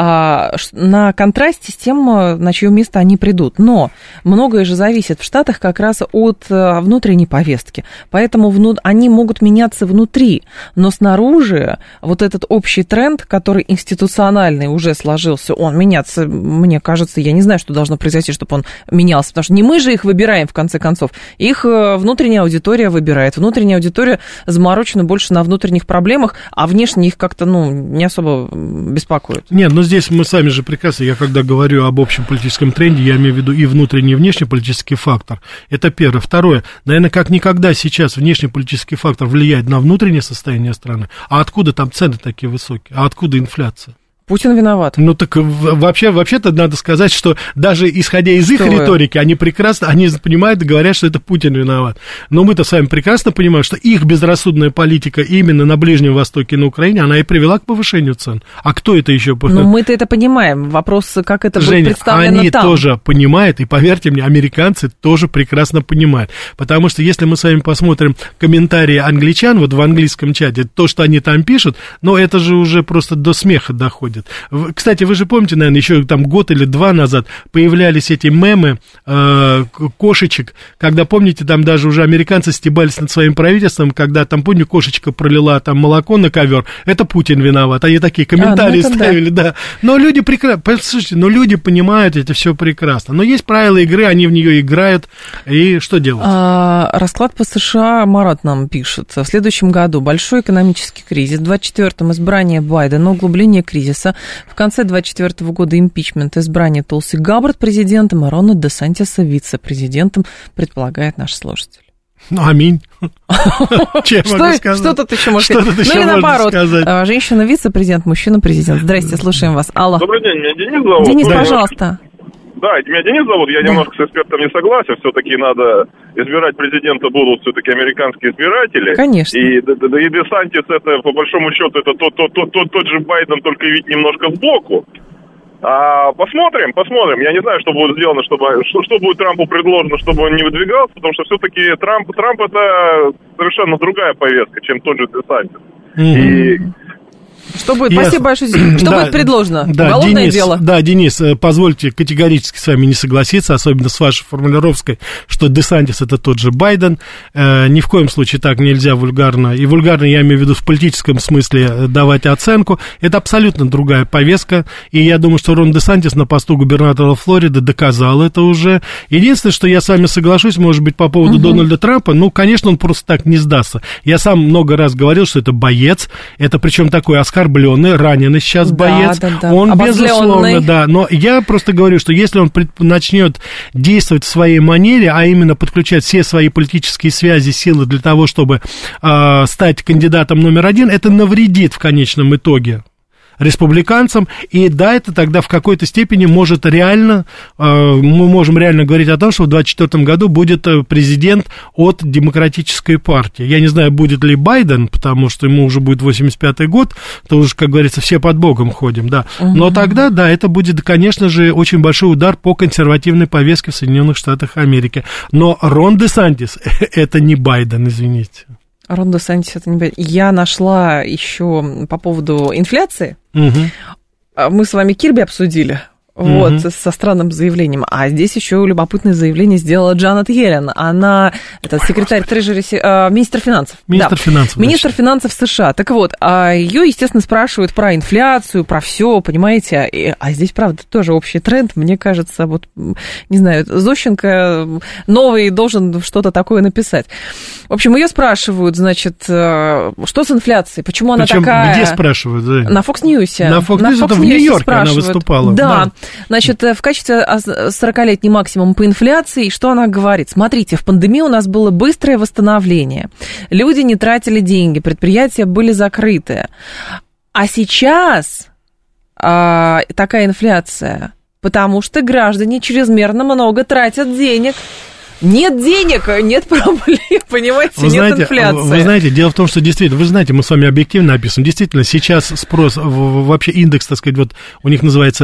на контрасте с тем, на чье место они придут. Но многое же зависит в Штатах как раз от внутренней повестки. Поэтому они могут меняться внутри, но снаружи вот этот общий тренд, который институциональный уже сложился, он меняться, мне кажется, я не знаю, что должно произойти, чтобы он менялся, потому что не мы же их выбираем, в конце концов, их внутренняя аудитория выбирает. Внутренняя аудитория заморочена больше на внутренних проблемах, а внешне их как-то, не особо беспокоит. Нет, но здесь мы сами же прекрасно, я когда говорю об общем политическом тренде, я имею в виду и внутренний, и внешний политический фактор. Это первое. Второе, наверное, как никогда сейчас внешний политический фактор влияет на внутреннее состояние страны. А откуда там цены такие высокие? А откуда инфляция? Путин виноват. Ну так вообще-то надо сказать, что даже исходя из их риторики, они прекрасно, они понимают и говорят, что это Путин виноват. Но мы-то с вами прекрасно понимаем, что их безрассудная политика именно на Ближнем Востоке и на Украине, она и привела к повышению цен. А кто это еще? Ну мы-то это понимаем. Вопрос, как это будет представлено они там. Они тоже понимают, и поверьте мне, американцы тоже прекрасно понимают. Потому что если мы с вами посмотрим комментарии англичан, вот в английском чате, то, что они там пишут, это же уже просто до смеха доходит. Кстати, вы же помните, наверное, еще там год или два назад появлялись эти мемы кошечек, когда, помните, там даже уже американцы стебались над своим правительством, когда там, помню, кошечка пролила там молоко на ковер, это Путин виноват, они такие комментарии ставили, да. Но люди прекрасно, послушайте, люди понимают это все прекрасно, но есть правила игры, они в нее играют, и что делать? Расклад по США, Марат нам пишет, в следующем году большой экономический кризис, в 24-м избрание Байдена, углубление кризиса, в конце 2024 года импичмент, избрание Тулси Габбард президентом, а Рона Десантиса вице-президентом, предполагает наш слушатель. Аминь. Что тут еще можно сказать? Ну или наоборот, женщина вице-президент, мужчина президент. Здрасте, слушаем вас. Алло. Добрый день, меня Денис зовут. Денис, пожалуйста. Да, меня Денис зовут, я немножко с экспертом не согласен, все-таки надо избирать президента будут все-таки американские избиратели. Конечно. И Десантис, это по большому счету, это тот же Байден, только вид немножко сбоку. Посмотрим. Я не знаю, что будет сделано, что будет Трампу предложено, чтобы он не выдвигался, потому что все-таки Трамп это совершенно другая повестка, чем тот же Десантис. И что будет? Спасибо большое. Что будет предложено? Уголовное дело. Да, Денис, позвольте категорически с вами не согласиться, особенно с вашей формулировкой, что Десантис это тот же Байден. Ни в коем случае так нельзя вульгарно, и вульгарно я имею в виду в политическом смысле давать оценку. Это абсолютно другая повестка, и я думаю, что Рон Десантис на посту губернатора Флориды доказал это уже. Единственное, что я с вами соглашусь, может быть, по поводу Дональда Трампа, конечно, он просто так не сдастся. Я сам много раз говорил, что это боец, это причем такой оскал оскорбленный, раненый сейчас боец. Да. Он, обозленный. безусловно, да. Но я просто говорю, что если он начнет действовать в своей манере, а именно подключать все свои политические связи, силы для того, чтобы стать кандидатом номер один, это навредит в конечном итоге республиканцам, и да, это тогда в какой-то степени может реально, мы можем реально говорить о том, что в 2024 году будет президент от демократической партии. Я не знаю, будет ли Байден, потому что ему уже будет 85-й год, то уже, как говорится, все под Богом ходим, да. Но тогда, да, это будет, конечно же, очень большой удар по консервативной повестке в Соединенных Штатах Америки. Но Рон Десантис это не Байден, извините. Рон Десантис, это не... Я нашла еще по поводу инфляции. Мы с вами Кирби обсудили. Вот, со странным заявлением. А здесь еще любопытное заявление сделала Джанет Йеллен. Она, это секретарь Трежери, министр финансов. Министр финансов США. Так вот, ее, естественно, спрашивают про инфляцию, про все, понимаете. А здесь, правда, тоже общий тренд. Мне кажется, вот, не знаю, Зощенко новый должен что-то такое написать. В общем, ее спрашивают, значит, что с инфляцией? Почему она такая... Где спрашивают? Да? На Fox News. На Fox News, это в Нью-Йорке она выступала. Да. Значит, в качестве 40-летний максимум по инфляции, что она говорит? Смотрите, в пандемии у нас было быстрое восстановление. Люди не тратили деньги, предприятия были закрыты. А сейчас такая инфляция, потому что граждане чрезмерно много тратят денег. Нет денег, нет проблем, понимаете, нет инфляции. Вы знаете, дело в том, что действительно, вы знаете, мы с вами объективно описываем, действительно, сейчас спрос, вообще индекс, так сказать, вот у них называется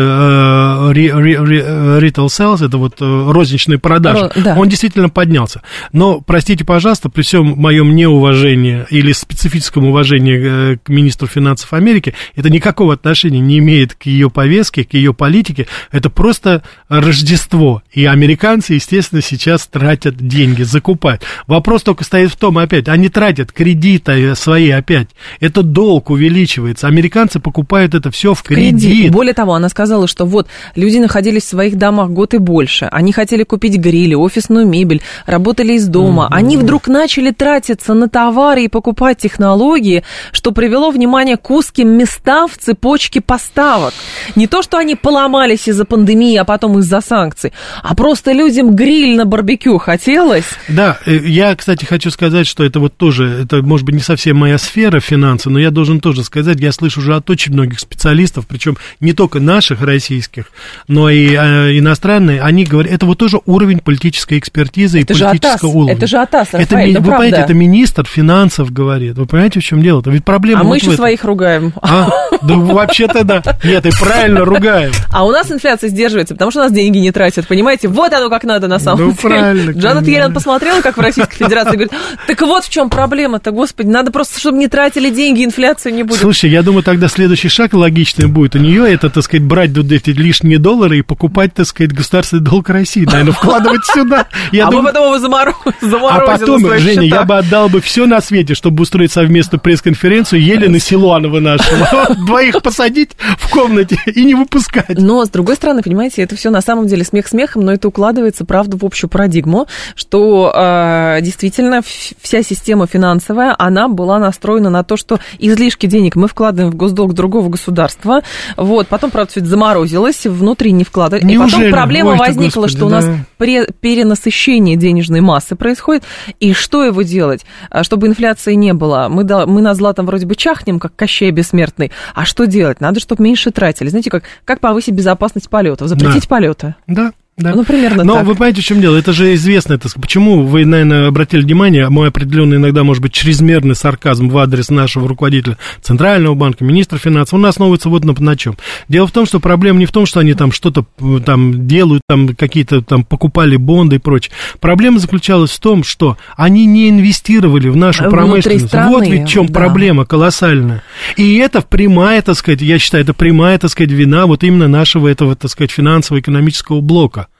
retail sales, это вот розничные продажи, да. Он действительно поднялся. Но, простите, пожалуйста, при всем моем неуважении или специфическом уважении к министру финансов Америки, это никакого отношения не имеет к ее повестке, к ее политике, это просто Рождество. И американцы, естественно, сейчас тратят деньги, закупают. Вопрос только стоит в том, опять, они тратят кредиты свои опять. Это долг увеличивается. Американцы покупают это все в кредит. Более того, она сказала, что вот люди находились в своих домах год и больше. Они хотели купить грили, офисную мебель, работали из дома. Они вдруг начали тратиться на товары и покупать технологии, что привело, внимание, к узким местам в цепочке поставок. Не то, что они поломались из-за пандемии, а потом из-за санкций, а просто людям гриль на барбекю хотелось. Да, я, кстати, хочу сказать, что это вот тоже, это, может быть, не совсем моя сфера финансы, но я должен тоже сказать, я слышу уже от очень многих специалистов, причем не только наших российских, но и иностранные, они говорят, это вот тоже уровень политической экспертизы и политического уровня. Это же АТАС, Рафаэль, вы понимаете, это министр финансов говорит, вы понимаете, в чем дело-то? Ведь проблема а вот мы еще своих ругаем. Да, вообще-то да. Нет, и правильно ругаем. А у нас инфляция сдерживается, потому что у нас деньги не тратят, понимаете? Вот оно как надо на самом деле. Правильно. Джанет Йеллен посмотрела, как в Российской Федерации, говорит, так вот в чем проблема-то, господи, надо просто, чтобы не тратили деньги, инфляции не будет. Слушай, я думаю, тогда следующий шаг логичный будет у нее, это, так сказать, брать эти лишние доллары и покупать, так сказать, государственный долг России, наверное, вкладывать сюда. Мы потом его заморозим. А потом, Женя, я бы отдал бы все на свете, чтобы устроить совместную пресс-конференцию Елена Силуанова нашего. Двоих посадить в комнате и не выпускать. Но, с другой стороны, понимаете, это все на самом деле смех смехом, но это укладывается, правда, в общую парадигму, что действительно вся система финансовая, она была настроена на то, что излишки денег мы вкладываем в госдолг другого государства, вот, потом, правда, все это заморозилось, внутри не вкладывали. И потом проблема возникла, что у нас перенасыщение денежной массы происходит, и что его делать, чтобы инфляции не было? Мы на златом вроде бы чахнем, как Кощей Бессмертный, а что делать? Надо, чтобы меньше тратили. Знаете, как повысить безопасность полетов? Запретить полеты? Да. Да. Ну, примерно но так. Вы понимаете, в чем дело? Это же известно. Почему вы, наверное, обратили внимание, мой определенный иногда, может быть, чрезмерный сарказм в адрес нашего руководителя Центрального банка, министра финансов, он основывается вот на чем. Дело в том, что проблема не в том, что они там что-то там делают, там какие-то там покупали бонды и прочее. Проблема заключалась в том, что они не инвестировали в нашу промышленность. Вот ведь в чем проблема колоссальная. И это прямая, так сказать, я считаю, это прямая, так сказать, вина вот именно нашего этого, так сказать, финансово-экономического блока.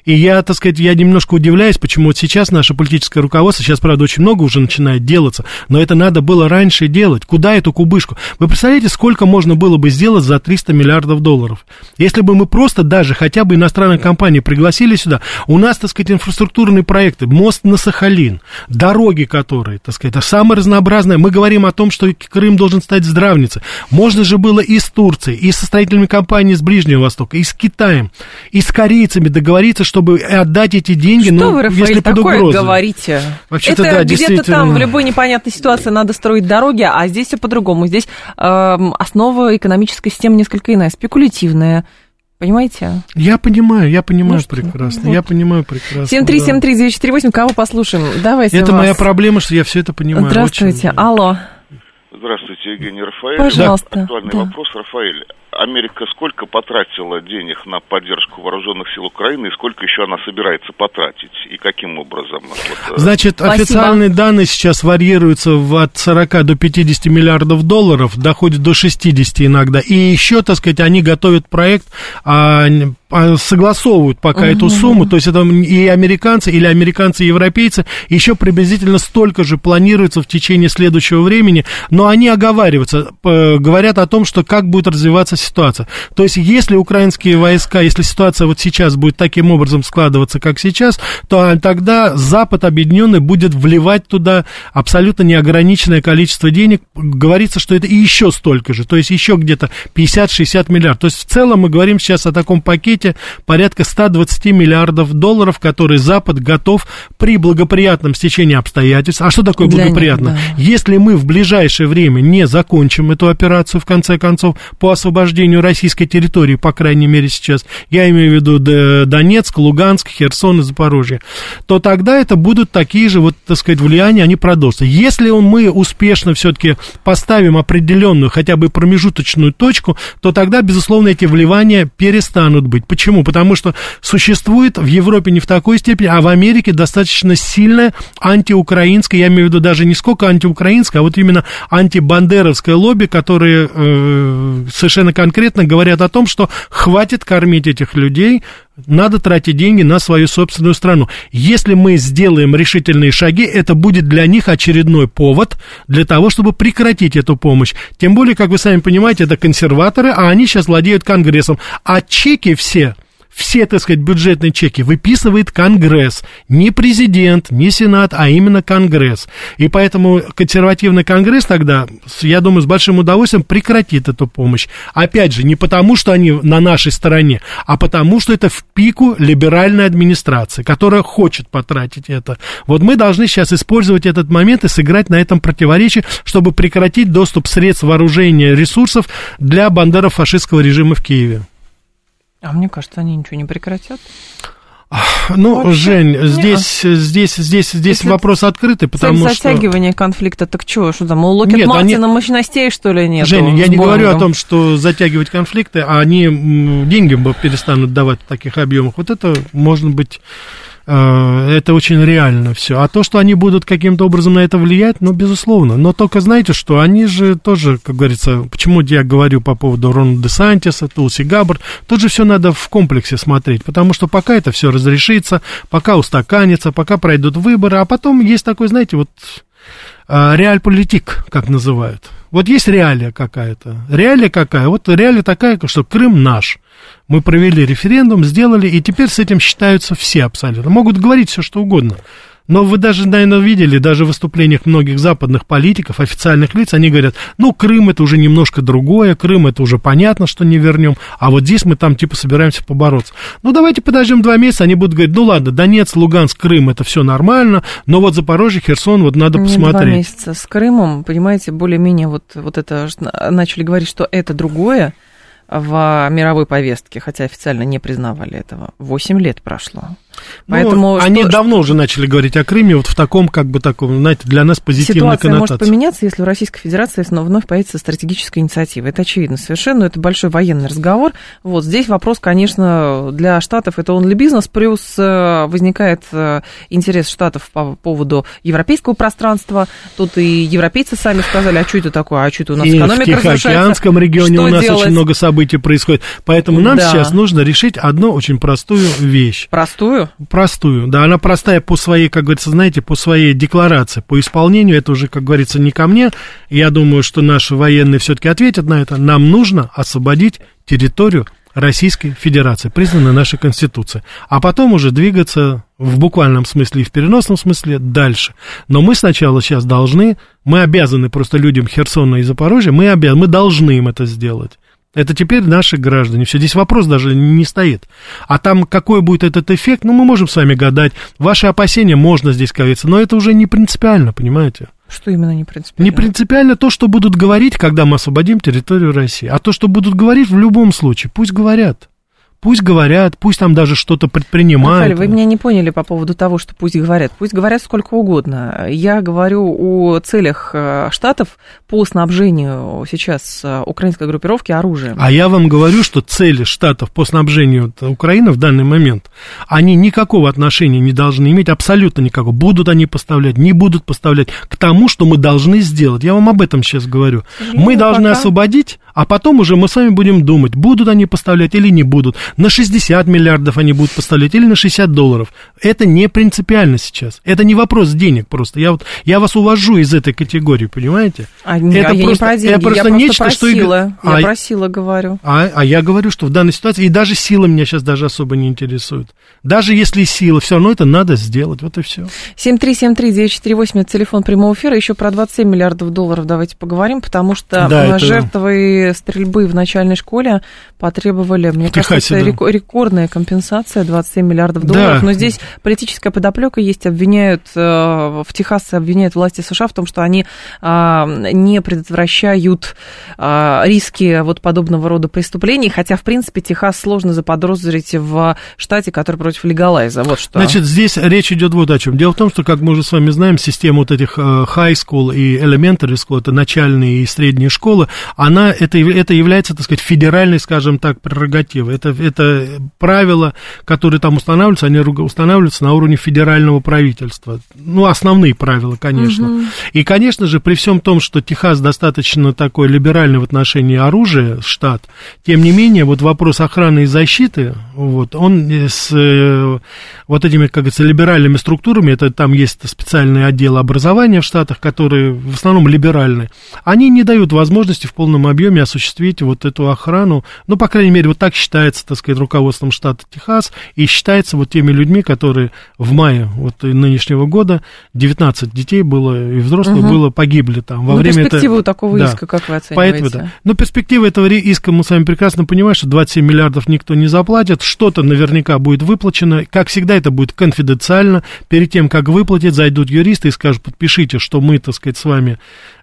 И я, так сказать, я немножко удивляюсь, почему вот сейчас наше политическое руководство, сейчас, правда, очень много уже начинает делаться, но это надо было раньше делать. Куда эту кубышку? Вы представляете, сколько можно было бы сделать за 300 миллиардов долларов? Если бы мы просто даже хотя бы иностранные компании пригласили сюда, у нас, так сказать, инфраструктурные проекты, мост на Сахалин, дороги, которые, так сказать, это самое разнообразное. Мы говорим о том, что Крым должен стать здравницей. Можно же было и с Турцией, и со строительными компаниями с Ближнего Востока, и с Китаем, и с корейцами договориться, чтобы отдать эти деньги, что ну, вы, Рафаэль, если под такое угрозой. Говорите? Вообще-то, это да, где-то там в любой непонятной ситуации надо строить дороги, а здесь все по-другому. Здесь основа экономической системы несколько иная, спекулятивная. Понимаете? Я понимаю прекрасно. Вот. Я понимаю прекрасно. 7373948, кого послушаем? Давайте это вас. моя проблема, что я все это понимаю. Здравствуйте, очень... алло. Здравствуйте, Евгений Рафаэль. Пожалуйста. Актуальный вопрос, Рафаэль. Америка сколько потратила денег на поддержку вооруженных сил Украины и сколько еще она собирается потратить? И каким образом? Значит, Спасибо. Официальные данные сейчас варьируются от 40 до 50 миллиардов долларов, доходят до 60 иногда. И еще, так сказать, они готовят проект, согласовывают пока эту сумму, то есть это и американцы, или американцы и европейцы, еще приблизительно столько же планируется в течение следующего времени, но они оговариваются, говорят о том, что как будет развиваться ситуация. То есть если украинские войска, если ситуация вот сейчас будет таким образом складываться, как сейчас, то тогда Запад объединенный будет вливать туда абсолютно неограниченное количество денег. Говорится, что это и еще столько же, то есть еще где-то 50-60 миллиардов. То есть в целом мы говорим сейчас о таком пакете порядка 120 миллиардов долларов, которые Запад готов при благоприятном стечении обстоятельств. А что такое благоприятно? Да. Если мы в ближайшее время не закончим эту операцию, в конце концов, по освобождению российской территории, по крайней мере сейчас, я имею в виду Донецк, Луганск, Херсон и Запорожье, то тогда это будут такие же, вот, так сказать, влияния, они продолжатся. Если мы успешно все-таки поставим определенную, хотя бы промежуточную точку, то тогда, безусловно, эти вливания перестанут быть. Почему? Потому что существует в Европе не в такой степени, а в Америке достаточно сильное антиукраинское, я имею в виду даже не сколько антиукраинское, а вот именно антибандеровское лобби, которые совершенно конкретно говорят о том, что хватит кормить этих людей, надо тратить деньги на свою собственную страну. Если мы сделаем решительные шаги, это будет для них очередной повод для того, чтобы прекратить эту помощь. Тем более, как вы сами понимаете, это консерваторы, а они сейчас владеют Конгрессом. А чеки все, так сказать, бюджетные чеки выписывает Конгресс. Не президент, не Сенат, а именно Конгресс. И поэтому консервативный Конгресс тогда, я думаю, с большим удовольствием прекратит эту помощь. Опять же, не потому, что они на нашей стороне, а потому, что это в пику либеральной администрации, которая хочет потратить это. Вот мы должны сейчас использовать этот момент и сыграть на этом противоречии, чтобы прекратить доступ средств вооружения, ресурсов для бандеро-фашистского режима в Киеве. А мне кажется, они ничего не прекратят. Ну, вообще, Жень, здесь вопрос открытый, потому что... затягивание конфликта, так что там, у Локхид Мартина мощностей, что ли, нет? Жень, я не говорю о том, что затягивать конфликты, а они деньги перестанут давать в таких объемах. Вот это, может быть... Это очень реально все. А то, что они будут каким-то образом на это влиять, ну, безусловно. Но только знаете, что они же тоже, как говорится, почему я говорю по поводу Рона де Сантиса, Тулси Габбард, тут же все надо в комплексе смотреть, потому что пока это все разрешится, пока устаканится, пока пройдут выборы, а потом есть такой, знаете, вот реальполитик, как называют. Вот есть реалия какая-то. Реалия какая? Вот реалия такая, что Крым наш. Мы провели референдум, сделали, и теперь с этим считаются все абсолютно. Могут говорить все, что угодно. Но вы даже, наверное, видели, даже в выступлениях многих западных политиков, официальных лиц, они говорят, ну, Крым это уже немножко другое, Крым это уже понятно, что не вернем, а вот здесь мы там типа собираемся побороться. Ну, давайте подождем 2 месяца, они будут говорить, ну, ладно, Донецк, Луганск, Крым, это все нормально, но вот Запорожье, Херсон, вот надо посмотреть. 2 месяца с Крымом, понимаете, более-менее вот это, начали говорить, что это другое в мировой повестке, хотя официально не признавали этого. 8 лет прошло. Поэтому они давно уже начали говорить о Крыме вот в таком, как бы таком, знаете, для нас позитивной коннотации. Ситуация может поменяться, если у Российской Федерации вновь появится стратегическая инициатива. Это очевидно совершенно, но это большой военный разговор. Вот здесь вопрос, конечно, для Штатов это only бизнес, плюс возникает интерес Штатов по поводу европейского пространства. Тут и европейцы сами сказали, а что это такое, а что это у нас экономика разрушается. И в Тихоокеанском регионе у нас очень много событий события происходят. Поэтому нам сейчас нужно решить одну очень простую вещь. Простую? Простую, да, она простая по своей, как говорится, знаете, по своей декларации, по исполнению, это уже, как говорится, не ко мне. Я думаю, что наши военные все-таки ответят на это. Нам нужно освободить территорию Российской Федерации, признанной нашей Конституцией, а потом уже двигаться в буквальном смысле и в переносном смысле дальше. Но мы сначала сейчас мы обязаны просто людям Херсона и Запорожья, мы должны им это сделать. Это теперь наши граждане. Все, здесь вопрос даже не стоит. А там какой будет этот эффект, мы можем с вами гадать. Ваши опасения можно здесь говорить, но это уже не принципиально, понимаете? Что именно не принципиально? Не принципиально то, что будут говорить, когда мы освободим территорию России. А то, что будут говорить в любом случае, пусть говорят. Пусть говорят, пусть там даже что-то предпринимают. Рафаэль, вы меня не поняли по поводу того, что пусть говорят. Пусть говорят сколько угодно. Я говорю о целях Штатов по снабжению сейчас украинской группировки оружием. А я вам говорю, что цели Штатов по снабжению Украины в данный момент, они никакого отношения не должны иметь, абсолютно никакого. Будут они поставлять, не будут поставлять к тому, что мы должны сделать. Я вам об этом сейчас говорю. Мы должны освободить, а потом уже мы с вами будем думать, будут они поставлять или не будут. На 60 миллиардов они будут поставлять или на $60. Это не принципиально сейчас. Это не вопрос денег просто. Я вас увожу из этой категории, понимаете? Я не про деньги, я просто нечто, просила. Я просила, говорю. А я говорю, что в данной ситуации, и даже сила меня сейчас даже особо не интересует. Даже если сила, все равно это надо сделать. Вот и все. 7373948, это телефон прямого эфира. Еще про 27 миллиардов долларов давайте поговорим, потому что жертвы стрельбы в начальной школе потребовали, мне кажется, рекордная компенсация, 27 миллиардов долларов. Но здесь политическая подоплека есть, в Техасе обвиняют власти США в том, что они не предотвращают риски вот подобного рода преступлений, хотя, в принципе, Техас сложно заподозрить в штате, который против легалайза. Вот что. Значит, здесь речь идет вот о чем. Дело в том, что, как мы уже с вами знаем, система вот этих high school и elementary school, это начальные и средние школы, это является, так сказать, федеральной, скажем так, прерогативой. Это правила, которые там устанавливаются, они устанавливаются на уровне федерального правительства. Ну, основные правила, конечно. Угу. И, конечно же, при всем том, что Техас достаточно такой либеральный в отношении оружия, штат, тем не менее, вот вопрос охраны и защиты, вот, он с вот этими, как говорится, либеральными структурами, это там есть специальные отделы образования в штатах, которые в основном либеральные, они не дают возможности в полном объеме осуществить вот эту охрану, ну, по крайней мере, вот так считается, так сказать, руководством штата Техас, и считается вот теми людьми, которые в мае вот нынешнего года 19 детей было, и взрослых было, погибли там во время этого. Перспективу такого иска, как вы оцениваете? Поэтому, но перспектива этого иска, мы с вами прекрасно понимаем, что 27 миллиардов никто не заплатит, что-то наверняка будет выплачено, как всегда это будет конфиденциально, перед тем, как выплатить, зайдут юристы и скажут, подпишите, что мы, так сказать, с вами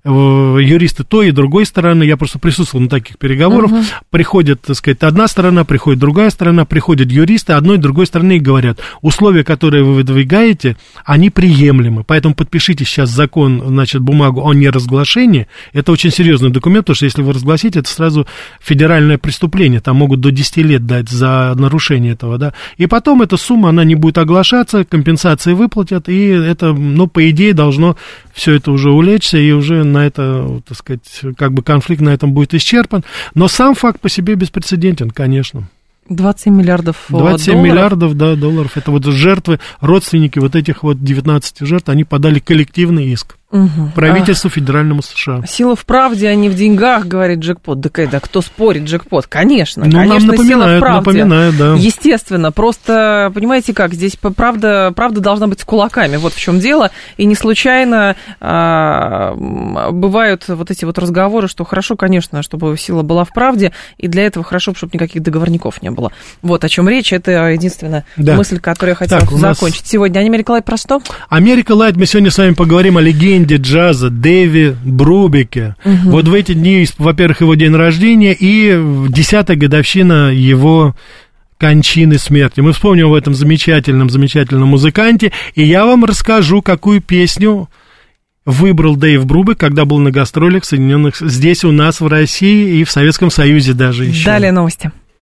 юристы той и другой стороны, я просто присутствовал на таких переговорах, приходит, так сказать, одна сторона, приходит другая сторона, приходят юристы одной и другой стороны и говорят, условия, которые вы выдвигаете, они приемлемы, поэтому подпишите сейчас закон, значит, бумагу о неразглашении, это очень серьезный документ, потому что если вы разгласите, это сразу федеральное преступление, там могут до 10 лет дать за нарушение этого, да, и потом эта сумма, она не будет оглашаться, компенсации выплатят, и это, ну, по идее, должно все это уже улечься, и уже на это, так сказать, как бы конфликт на этом будет исчерпан, но сам факт по себе беспрецедентен, конечно. 27 миллиардов 27 долларов. Миллиардов, да, долларов. Это вот жертвы, родственники вот этих вот 19 жертв, они подали коллективный иск. Правительству федеральному США. Сила в правде, а не в деньгах, говорит Джекпот. Да кто спорит, Джекпот? Конечно, ну, конечно, сила в правде. Да. Естественно, просто, понимаете как, здесь правда должна быть с кулаками, вот в чем дело. И не случайно бывают вот эти вот разговоры, что хорошо, конечно, чтобы сила была в правде, и для этого хорошо, чтобы никаких договорников не было. Вот о чем речь, это единственная мысль, которую я хотела закончить. Сегодня Америка Лайт про что? Америка Лайт, мы сегодня с вами поговорим о легенде джаза Дэви Брубеке. Вот в эти дни, во-первых, его день рождения и 10-я годовщина его кончины, смерти. Мы вспомним об этом замечательном музыканте, и я вам расскажу, какую песню выбрал Дэйв Брубек, когда был на гастролях в Соединенных, здесь у нас в России и в Советском Союзе даже еще. Далее новости.